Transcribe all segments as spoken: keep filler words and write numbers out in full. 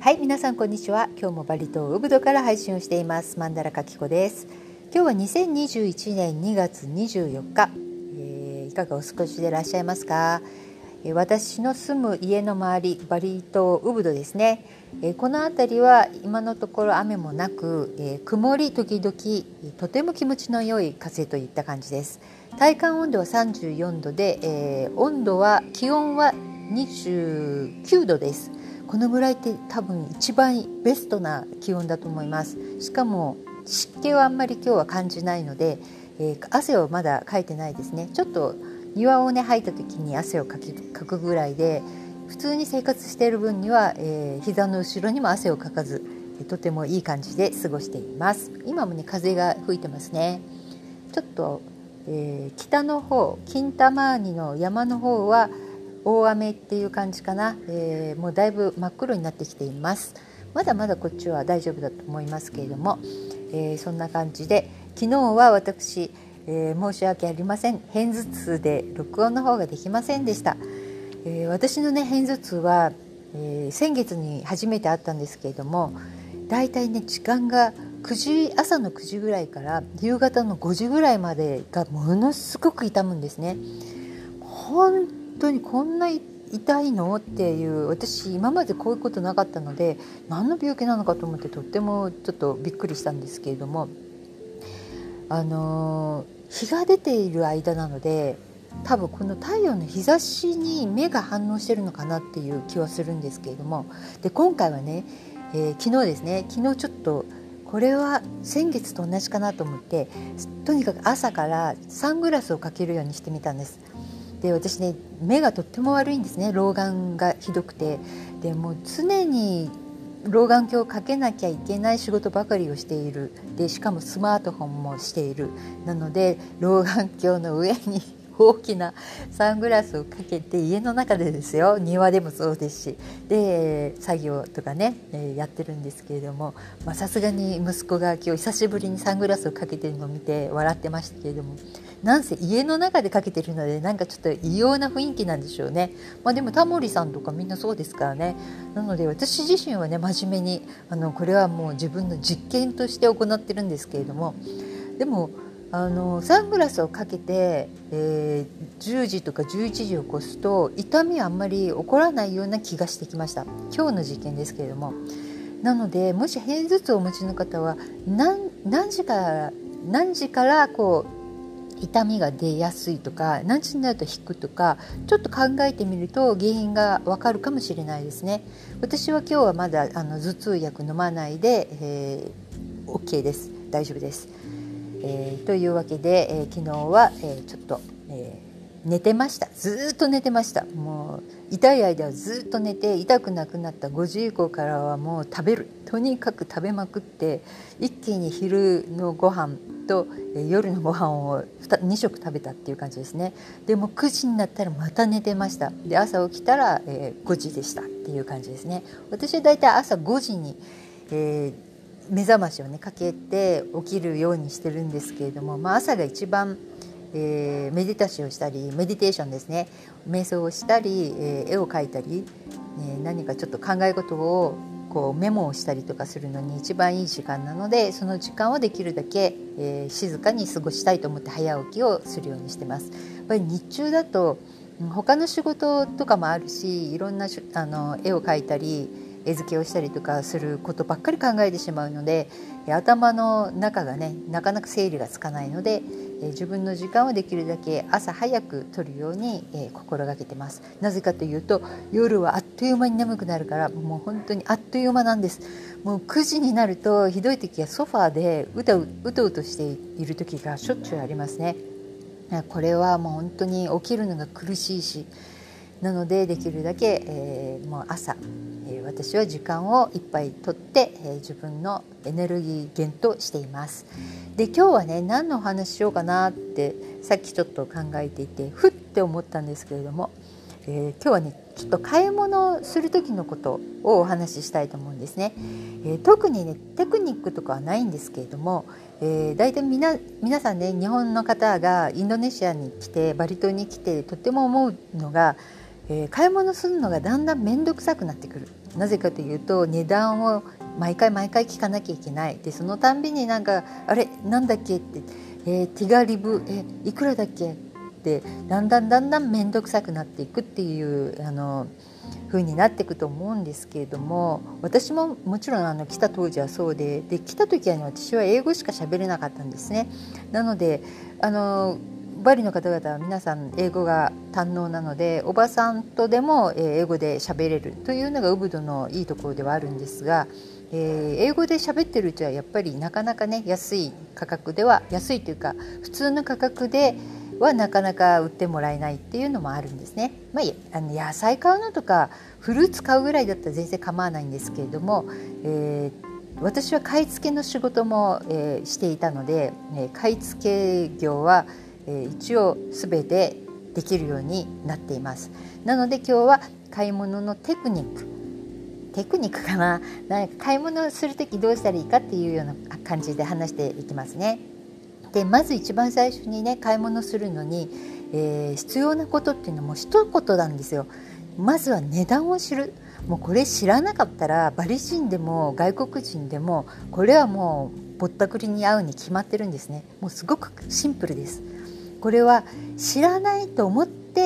はい、皆さんこんにちは。今日もバリ島ウブドから配信をしていますマンダラカキコです。今日はにせんにじゅういちねんにがつにじゅうよっか、えー、いかがお過ごしでいらっしゃいますか。えー、私の住む家の周り、バリ島ウブドですね、えー、この辺りは今のところ雨もなく、えー、曇り時々とても気持ちの良い風といった感じです。体感温度はさんじゅうよんどで、えー、温度は気温はにじゅうきゅうどです。このぐらいって多分一番ベストな気温だと思います。しかも湿気はあんまり今日は感じないので、えー、汗をまだかいてないですね。ちょっと庭をね入った時に汗をかきかくぐらいで、普通に生活している分には、えー、膝の後ろにも汗をかかず、とてもいい感じで過ごしています。今もね風が吹いてますね。ちょっと、えー、北の方、キンタマーニの山の方は大雨っていう感じかな、えー、もうだいぶ真っ黒になってきています。まだまだこっちは大丈夫だと思いますけれども、えー、そんな感じで昨日は私、えー、申し訳ありません、片頭痛で録音の方ができませんでした。えー、私のね片頭痛は、えー、先月に初めてあったんですけれども、だいたいね時間がくじ、朝のくじぐらいから夕方のごじぐらいまでがものすごく痛むんですね。本当にこんな痛いのっていう、私今までこういうことなかったので何の病気なのかと思ってとってもちょっとびっくりしたんですけれども、あの日が出ている間なので多分この太陽の日差しに目が反応してるのかなっていう気はするんですけれども、で今回はね、えー、昨日ですね昨日ちょっとこれは先月と同じかなと思って、とにかく朝からサングラスをかけるようにしてみたんです。で私ね目がとっても悪いんですね。老眼がひどくて、でもう常に老眼鏡をかけなきゃいけない仕事ばかりをしている。でしかもスマートフォンもしている。なので老眼鏡の上に大きなサングラスをかけて家の中でですよ、庭でもそうですしで作業とかね、えー、やってるんですけれども、さすがに息子が今日久しぶりにサングラスをかけてるのを見て笑ってましたけれども、なんせ家の中でかけてるのでなんかちょっと異様な雰囲気なんでしょうね。まあ、でもタモリさんとかみんなそうですからね。なので私自身はね真面目にあのこれはもう自分の実験として行ってるんですけれども、でもあのサングラスをかけて、えー、じゅうじとかじゅういちじを越すと痛みはあんまり起こらないような気がしてきました。今日の実験ですけれども。なのでもし片頭痛をお持ちの方は 何, 何時から何時からこう痛みが出やすいとか、何時になると引くとか、ちょっと考えてみると原因がわかるかもしれないですね。私は今日はまだあの頭痛薬飲まないで、えー、OK です。大丈夫です。えー、というわけで、えー、昨日は、えー、ちょっと、えー、寝てました。ずっと寝てました。もう痛い間はずっと寝て、痛くなくなったごじ以降からはもう食べる、とにかく食べまくって、一気に昼のご飯と、えー、夜のご飯をに食食べたっていう感じですね。でもくじになったらまた寝てました。で朝起きたら、えー、ごじでしたっていう感じですね。私はだいたい朝ごじに、えー目覚ましをねかけて起きるようにしてるんですけれども、まあ、朝が一番、えー、メディタションをしたり、メディテーションですね、瞑想をしたり、えー、絵を描いたり、えー、何かちょっと考え事をこうメモをしたりとかするのに一番いい時間なので、その時間をできるだけ、えー、静かに過ごしたいと思って早起きをするようにしてます。やっぱり日中だと他の仕事とかもあるし、いろんなあの絵を描いたり絵付けをしたりとかすることばっかり考えてしまうので、頭の中がねなかなか整理がつかないので、え自分の時間をできるだけ朝早く取るように、えー、心がけてます。なぜかというと夜はあっという間に眠くなるから、もう本当にあっという間なんです。もうくじになるとひどい時はソファーでうとううとうとしている時がしょっちゅうありますね。これはもう本当に起きるのが苦しいし、なのでできるだけ、えー、もう朝、えー、私は時間をいっぱいとって、えー、自分のエネルギー源としています。で今日はね何のお話ししようかなってさっきちょっと考えていてふって思ったんですけれども、えー、今日はねちょっと買い物する時のことをお話ししたいと思うんですね。えー、特にねテクニックとかはないんですけれども、えー、大体みな皆さんね日本の方がインドネシアに来てバリ島に来てとても思うのが、 えー、買い物するのがだんだん面倒くさくなってくる。なぜかというと値段を毎回毎回聞かなきゃいけない。でそのたんびになんかあれなんだっけって、えー、ティガリブえいくらだっけってだんだんだんだん面倒くさくなっていくっていうあの風になっていくと思うんですけれども、私ももちろんあの来た当時はそうで、で来た時は、ね、私は英語しか喋れなかったんですね。なのであのバリの方々は皆さん英語が堪能なので、おばさんとでも英語で喋れるというのがウブドのいいところではあるんですが、えー、英語で喋ってるうちはやっぱりなかなかね安い価格では、安いというか普通の価格ではなかなか売ってもらえないっていうのもあるんですね。まあ、あの野菜買うのとかフルーツ買うぐらいだったら全然構わないんですけれども、えー、私は買い付けの仕事も、えー、していたので、えー、買い付け業は、えー、一応全てできるようになっています。なので今日は買い物のテクニックテクニックかな、なんか買い物するときどうしたらいいかっていうような感じで話していきますね。でまず一番最初にね買い物するのに、えー、必要なことっていうのも一言なんですよ。まずは値段を知る。もうこれ知らなかったらバリ人でも外国人でもこれはもうぼったくりに遭うに決まってるんですね。もうすごくシンプルです。これは知らないと思って、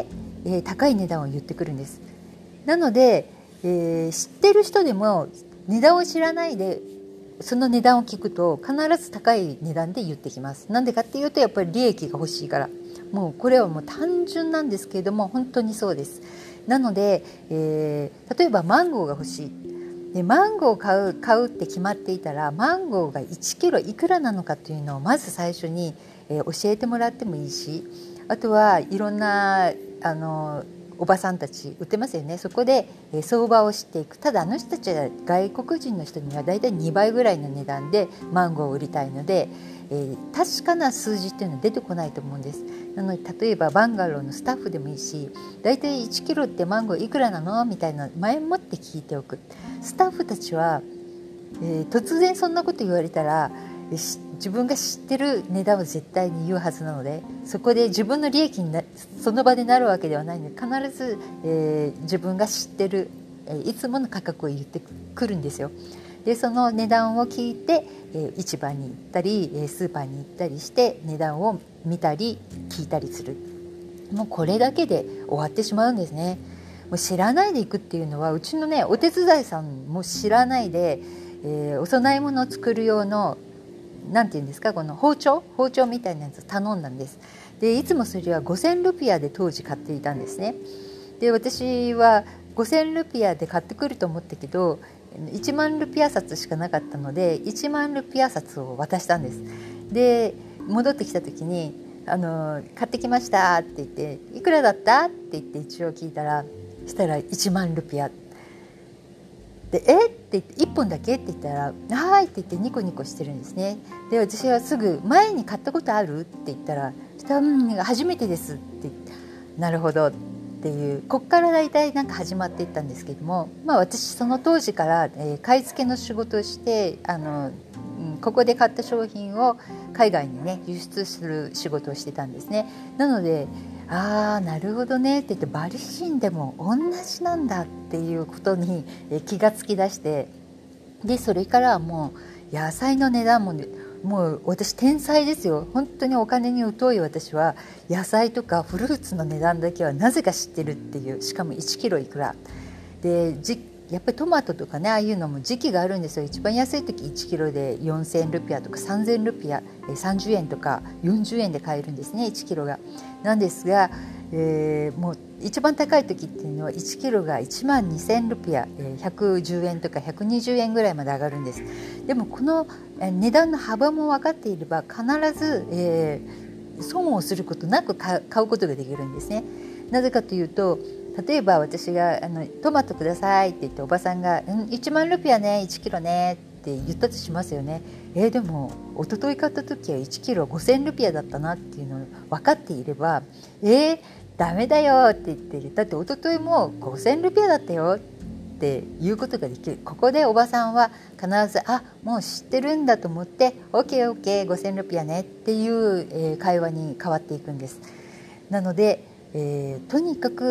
えー、高い値段を言ってくるんです。なので、えー、知ってる人でも値段を知らないでその値段を聞くと必ず高い値段で言ってきます。なんでかっていうとやっぱり利益が欲しいから。もうこれはもう単純なんですけれども本当にそうです。なので、えー、例えばマンゴーが欲しいでマンゴーを買う、買うって決まっていたらマンゴーがいちキロいくらなのかというのをまず最初に、えー、教えてもらってもいいし、あとはいろんなあのおばさんたち売ってますよね。そこで相場を知っていく。ただあの人たちは外国人の人にはだいたいにばいぐらいの値段でマンゴーを売りたいので、えー、確かな数字っていうのは出てこないと思うんです。なので例えばバンガローのスタッフでもいいし、だいたいいちキロってマンゴーいくらなのみたいな前もって聞いておく。スタッフたちは、えー、突然そんなこと言われたら自分が知ってる値段を絶対に言うはずなので、そこで自分の利益になその場でなるわけではないので必ず、えー、自分が知ってる、えー、いつもの価格を言ってくるんですよ。でその値段を聞いて、えー、市場に行ったりスーパーに行ったりして値段を見たり聞いたりする。もうこれだけで終わってしまうんですね。もう知らないで行くっていうのはうちのねお手伝いさんも知らないで、えー、お供え物を作る用のなんていうんですか、この包丁包丁みたいなやつを頼んだんです。でいつもそれはごせんルピアで当時買っていたんですね。で私はごせんルピアで買ってくると思ったけどいちまんルピア札しかなかったのでいちまんルピア札を渡したんです。で戻ってきた時にあの買ってきましたって言っていくらだったって言って一応聞いたらしたらいちまんルピアでえって言っていっぽんだけって言ったらはいって言ってニコニコしてるんですね。で私はすぐ前に買ったことあるって言ったらしたら、うん、初めてですって言ってなるほどっていうこっからだいたいなんか始まっていったんですけども、まあ私その当時から、えー、買い付けの仕事をしてあの、うん、ここで買った商品を海外にね輸出する仕事をしてたんですね。なのでああなるほどねって言ってバリ人でも同じなんだっていうことに気がつきだして、でそれからはもう野菜の値段も、ね、もう私天才ですよ。本当にお金に疎い私は野菜とかフルーツの値段だけはなぜか知ってるっていう。しかもいちキロいくらでじやっぱりトマトとかねああいうのも時期があるんですよ。一番安い時いちキロでよんせんルピアとかさんぜんルピアさんじゅうえんとかよんじゅうえんで買えるんですねいちキロが。なんですが、えー、もう一番高い時っていうのはいちキロがいちまんにせんルピアひゃくじゅうえんとかひゃくにじゅうえんぐらいまで上がるんです。でもこの値段の幅も分かっていれば必ず、えー、損をすることなく買うことができるんですね。なぜかというと例えば私があのトマトくださいって言っておばさんが、うん、いちまんルピアねいちキロねって言ったとしますよね。えー、でも一昨日買った時はいちキロごせんルピアだったなっていうのを分かっていればえー、ダメだよって言ってる。だって一昨日もごせんルピアだったよっていうことができる。ここでおばさんは必ずあもう知ってるんだと思って オーケーオーケーごせんルピアねっていう、えー、会話に変わっていくんです。なので、えー、とにかく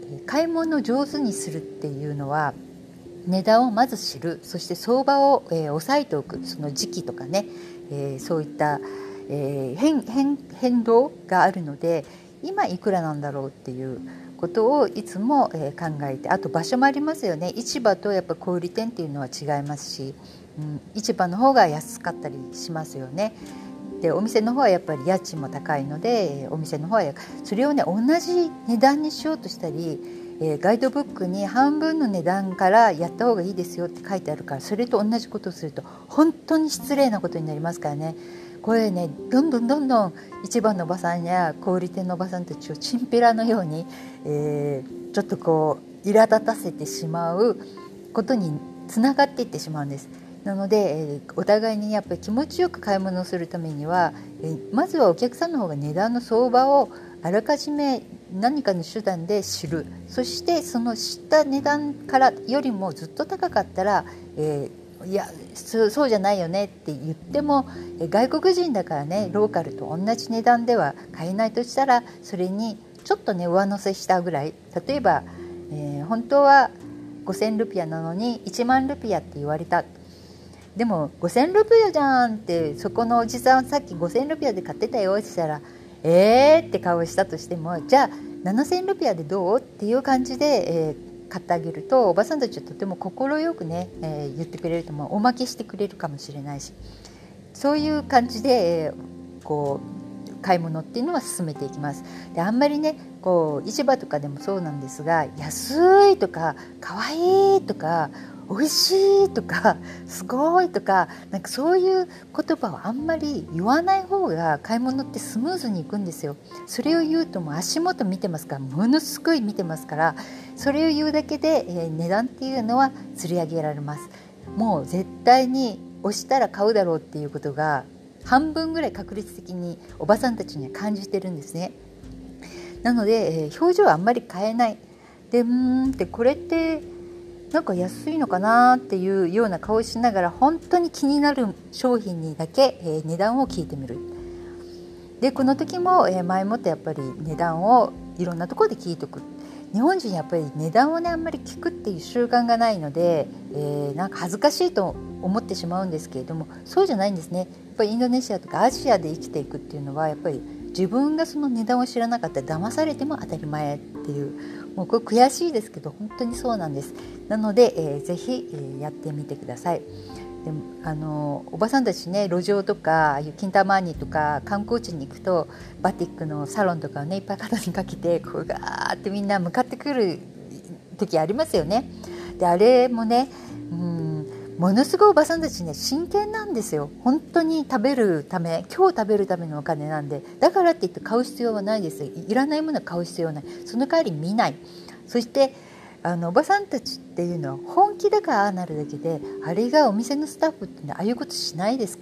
買い物を上手にするっていうのは値段をまず知る、そして相場を、えー、抑えておく、その時期とかね、えー、そういった、えー、変, 変, 変動があるので今いくらなんだろうっていうことをいつも、えー、考えて、あと場所もありますよね。市場とやっぱ小売店っていうのは違いますし、うん、市場の方が安かったりしますよね。でお店の方はやっぱり家賃も高いので、お店の方はそれをね同じ値段にしようとしたり、えー、ガイドブックに半分の値段からやった方がいいですよって書いてあるから、それと同じことをすると本当に失礼なことになりますからね。これね、どんどんどんどん市場のおばさんや小売店のおばさんたちをチンピラのように、えー、ちょっとこう苛立たせてしまうことにつながっていってしまうんです。なので、えー、お互いにやっぱり気持ちよく買い物をするためには、えー、まずはお客さんの方が値段の相場をあらかじめ何かの手段で知る。そしてその知った値段からよりもずっと高かったら、えー、いや そ, そうじゃないよねって言っても、えー、外国人だからね、ローカルと同じ値段では買えないとしたら、それにちょっとね上乗せしたぐらい、例えば、えー、本当はごせんルピアなのにいちまんルピアって言われた。でもごせんルピアじゃんって、そこのおじさんさっきごせんルピアで買ってたよって言ったら、えーって顔したとしても、じゃあななせんルピアでどうっていう感じで、えー、買ってあげると、おばさんたちはとても快くね、えー、言ってくれると、もおまけしてくれるかもしれないし、そういう感じで、えー、こう買い物っていうのは進めていきます。であんまりねこう市場とかでもそうなんですが、安いとかかわいいとか美味しいとかすごいとか、なんかそういう言葉をあんまり言わない方が買い物ってスムーズにいくんですよ。それを言うともう足元見てますから、ものすごい見てますから、それを言うだけで、えー、値段っていうのは釣り上げられます。もう絶対に押したら買うだろうっていうことが半分ぐらい確率的におばさんたちには感じてるんですね。なので、えー、表情はあんまり変えない。でうーんってこれってなんか安いのかなっていうような顔をしながら、本当に気になる商品にだけ、えー、値段を聞いてみる。でこの時も、えー、前もってやっぱり値段をいろんなところで聞いておく。日本人やっぱり値段をねあんまり聞くっていう習慣がないので、えー、なんか恥ずかしいと思ってしまうんですけれども、そうじゃないんですね。やっぱりインドネシアとかアジアで生きていくっていうのは、やっぱり自分がその値段を知らなかったら騙されても当たり前っていう、もうこれ悔しいですけど本当にそうなんです。なので、えー、ぜひ、えー、やってみてください。でもあのおばさんたちね、路上とかああいうキンタマーニとか観光地に行くとバティックのサロンとかをねいっぱい肩にかけてこうガーってみんな向かってくる時ありますよね。であれもね、うんものすごいおばさんたちね真剣なんですよ。本当に食べるため、今日食べるためのお金なんで、だからって言って買う必要はないです。いらないものは買う必要はない。その代わり見ない。そしてあのおばさんたちっていうのは本気だからああなるだけで、あれがお店のスタッフって、ね、ああいうことしないですから。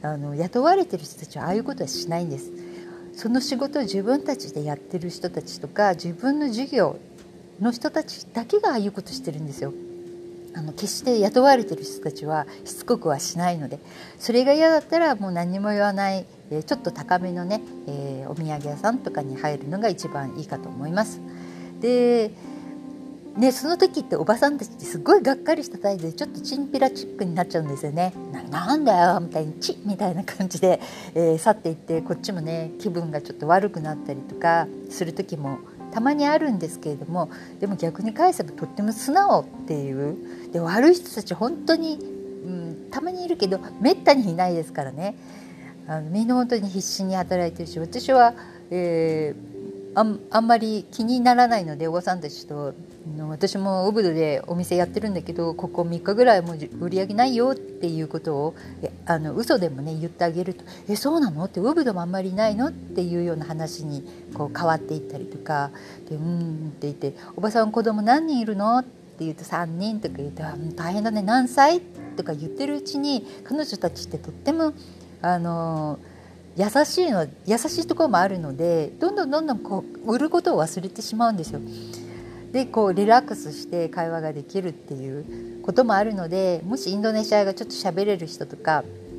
あの雇われてる人たちはああいうことはしないんです。その仕事を自分たちでやってる人たちとか、自分の事業の人たちだけがああいうことしてるんですよ。あの決して雇われてる人たちはしつこくはしないので、それが嫌だったらもう何も言わない、えー、ちょっと高めのね、えー、お土産屋さんとかに入るのが一番いいかと思います。でね、その時っておばさんたちってすごいがっかりした態度でちょっとチンピラチックになっちゃうんですよね。 な, なんだよみたいにチッみたいな感じで、えー、去っていって、こっちもね気分がちょっと悪くなったりとかする時もたまにあるんですけれども、でも逆に返せばとっても素直っていう。で悪い人たち本当に、うん、たまにいるけどめったにいないですからね。あのみんな本当に必死に働いてるし、私は、えーあ ん, あんまり気にならないので、おばさんたちと私もウブドでお店やってるんだけど、ここみっかぐらいもう売り上げないよっていうことをあの嘘でもね言ってあげると、えそうなのって、ウブドもあんまりないのっていうような話にこう変わっていったりとかで、うんって言って、おばさん子供何人いるのって言うとさんにんとか言うと、大変だね何歳とか言ってるうちに、彼女たちってとってもあの優しいの優しいところもあるので、どんどんどんどんこう売ることを忘れてしまうんですよ。でこうリラックスして会話ができるっていうこともあるので、もしインドネシアがちょっと喋れる人とか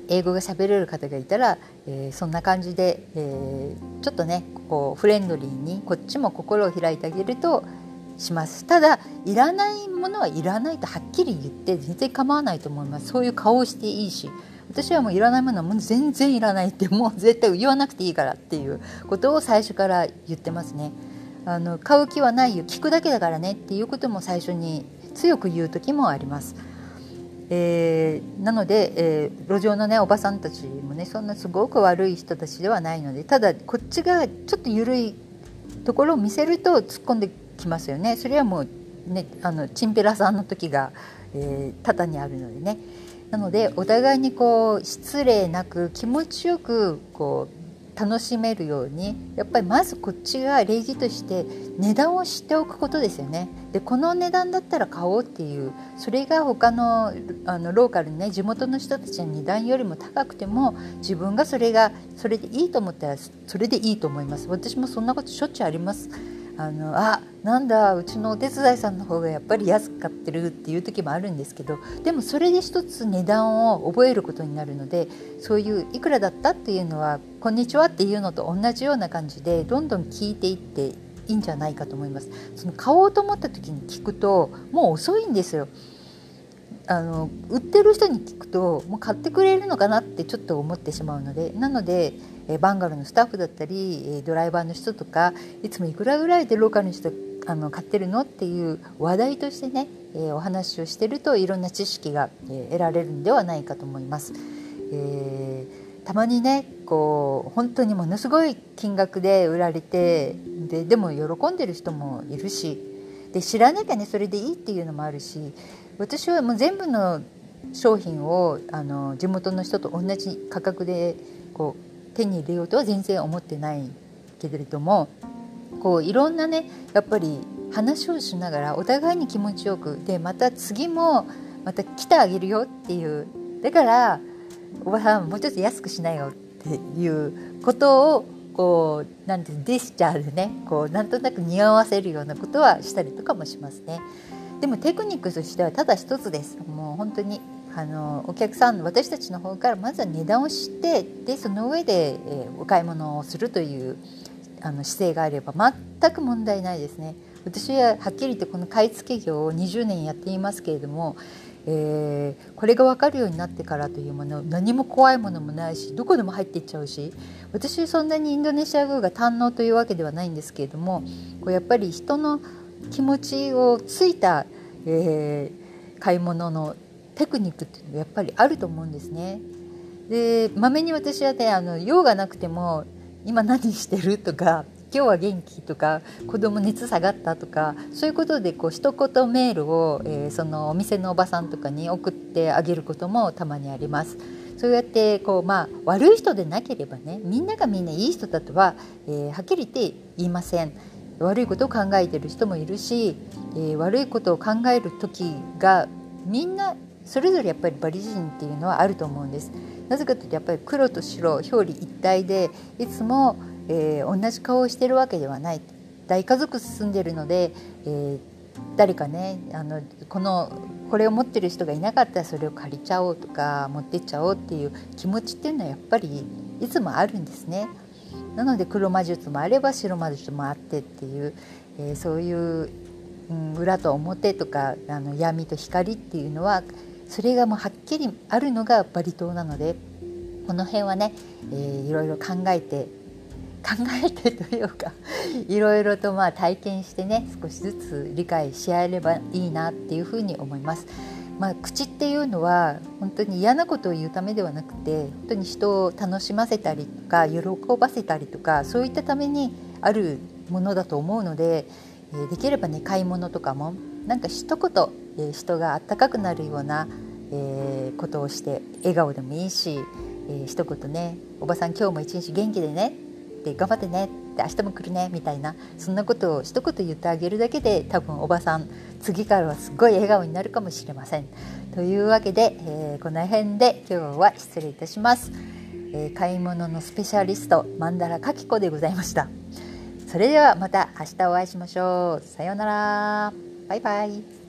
英語が喋れる方がいたら、えー、そんな感じで、えー、ちょっとねこうフレンドリーにこっちも心を開いてあげるとします。ただいらないものはいらないとはっきり言って全然構わないと思います。そういう顔をしていいし、私はもういらないものはもう全然いらないってもう絶対言わなくていいからっていうことを最初から言ってますね。あの買う気はないよ、聞くだけだからねっていうことも最初に強く言う時もあります。えー、なので、えー、路上のねおばさんたちもねそんなすごく悪い人たちではないので、ただこっちがちょっと緩いところを見せると突っ込んできますよね。それはもうねあのチンペラさんの時が、えー、多々にあるのでね。なのでお互いにこう失礼なく気持ちよくこう楽しめるように、やっぱりまずこっちが礼儀として値段を知っておくことですよね。でこの値段だったら買おうっていう、それが他の、あのローカルにね地元の人たちの値段よりも高くても自分がそれがそれでいいと思ったらそれでいいと思います。私もそんなことしょっちゅうあります。あのあなんだうちのお手伝いさんの方がやっぱり安く買ってるっていう時もあるんですけど、でもそれで一つ値段を覚えることになるので、そういういくらだったっていうのはこんにちはっていうのと同じような感じでどんどん聞いていっていいんじゃないかと思います。その買おうと思った時に聞くともう遅いんですよ。あの売ってる人に聞くともう買ってくれるのかなってちょっと思ってしまうので、なのでえバンガローのスタッフだったりドライバーの人とかいつもいくらぐらいでローカルの人あの買ってるのっていう話題としてね、えー、お話をしてるといろんな知識が、えー、得られるんではないかと思います。えー、たまにねこう本当にものすごい金額で売られて で, でも喜んでる人もいるし、で知らなきゃねそれでいいっていうのもあるし、私はもう全部の商品をあの地元の人と同じ価格でこう手に入れようとは全然思ってないけれども、こういろんなねやっぱり話をしながらお互いに気持ちよくで、また次もまた来てあげるよっていう、だからおばさんもうちょっと安くしないよっていうことをこうなんてジェスチャーでねこうなんとなく似合わせるようなことはしたりとかもしますね。でもテクニックとしてはただ一つです。もう本当にあのお客さん私たちの方からまずは値段を知って、でその上で、えー、お買い物をするというあの姿勢があれば全く問題ないですね。私ははっきり言ってこの買い付け業をにじゅうねんやっていますけれども、えー、これが分かるようになってからというもの何も怖いものもないし、どこでも入っていっちゃうし、私そんなにインドネシア語が堪能というわけではないんですけれども、こうやっぱり人の気持ちをついた、えー、買い物のテクニックっていうのがやっぱりあると思うんですね。でまめに私はねあの用がなくても今何してるとか今日は元気とか子供熱下がったとかそういうことでこう一言メールを、えー、そのお店のおばさんとかに送ってあげることもたまにあります。そうやってこう、まあ、悪い人でなければねみんながみんないい人だとは、えー、はっきり言って言いません。悪いことを考えている人もいるし、えー、悪いことを考える時がみんなそれぞれやっぱりバリ人っていうのはあると思うんです。なぜかというとやっぱり黒と白表裏一体でいつも、えー、同じ顔をしてるわけではない。大家族住んでるので、えー、誰かねあのこのこれを持ってる人がいなかったらそれを借りちゃおうとか持ってっちゃおうっていう気持ちっていうのはやっぱりいつもあるんですね。なので黒魔術もあれば白魔術もあってっていう、えー、そういう、うん、裏と表とかあの闇と光っていうのはそれがもうはっきりあるのがバリ島なので、この辺はね、えー、いろいろ考えて考えてというかいろいろとまあ体験してね少しずつ理解し合えればいいなっていうふうに思います。まあ、口っていうのは本当に嫌なことを言うためではなくて本当に人を楽しませたりとか喜ばせたりとかそういったためにあるものだと思うので、えー、できればね買い物とかもなんか一言、えー、人があったかくなるような、えー、ことをして笑顔でもいいし、えー、一言ねおばさん今日も一日元気でねって頑張ってねって明日も来るねみたいなそんなことを一言言ってあげるだけで多分おばさん次からはすごい笑顔になるかもしれません。というわけで、えー、この辺で今日は失礼いたします。えー、買い物のスペシャリストマンダラカキコでございました。それではまた明日お会いしましょう。さようなら。バイバイ。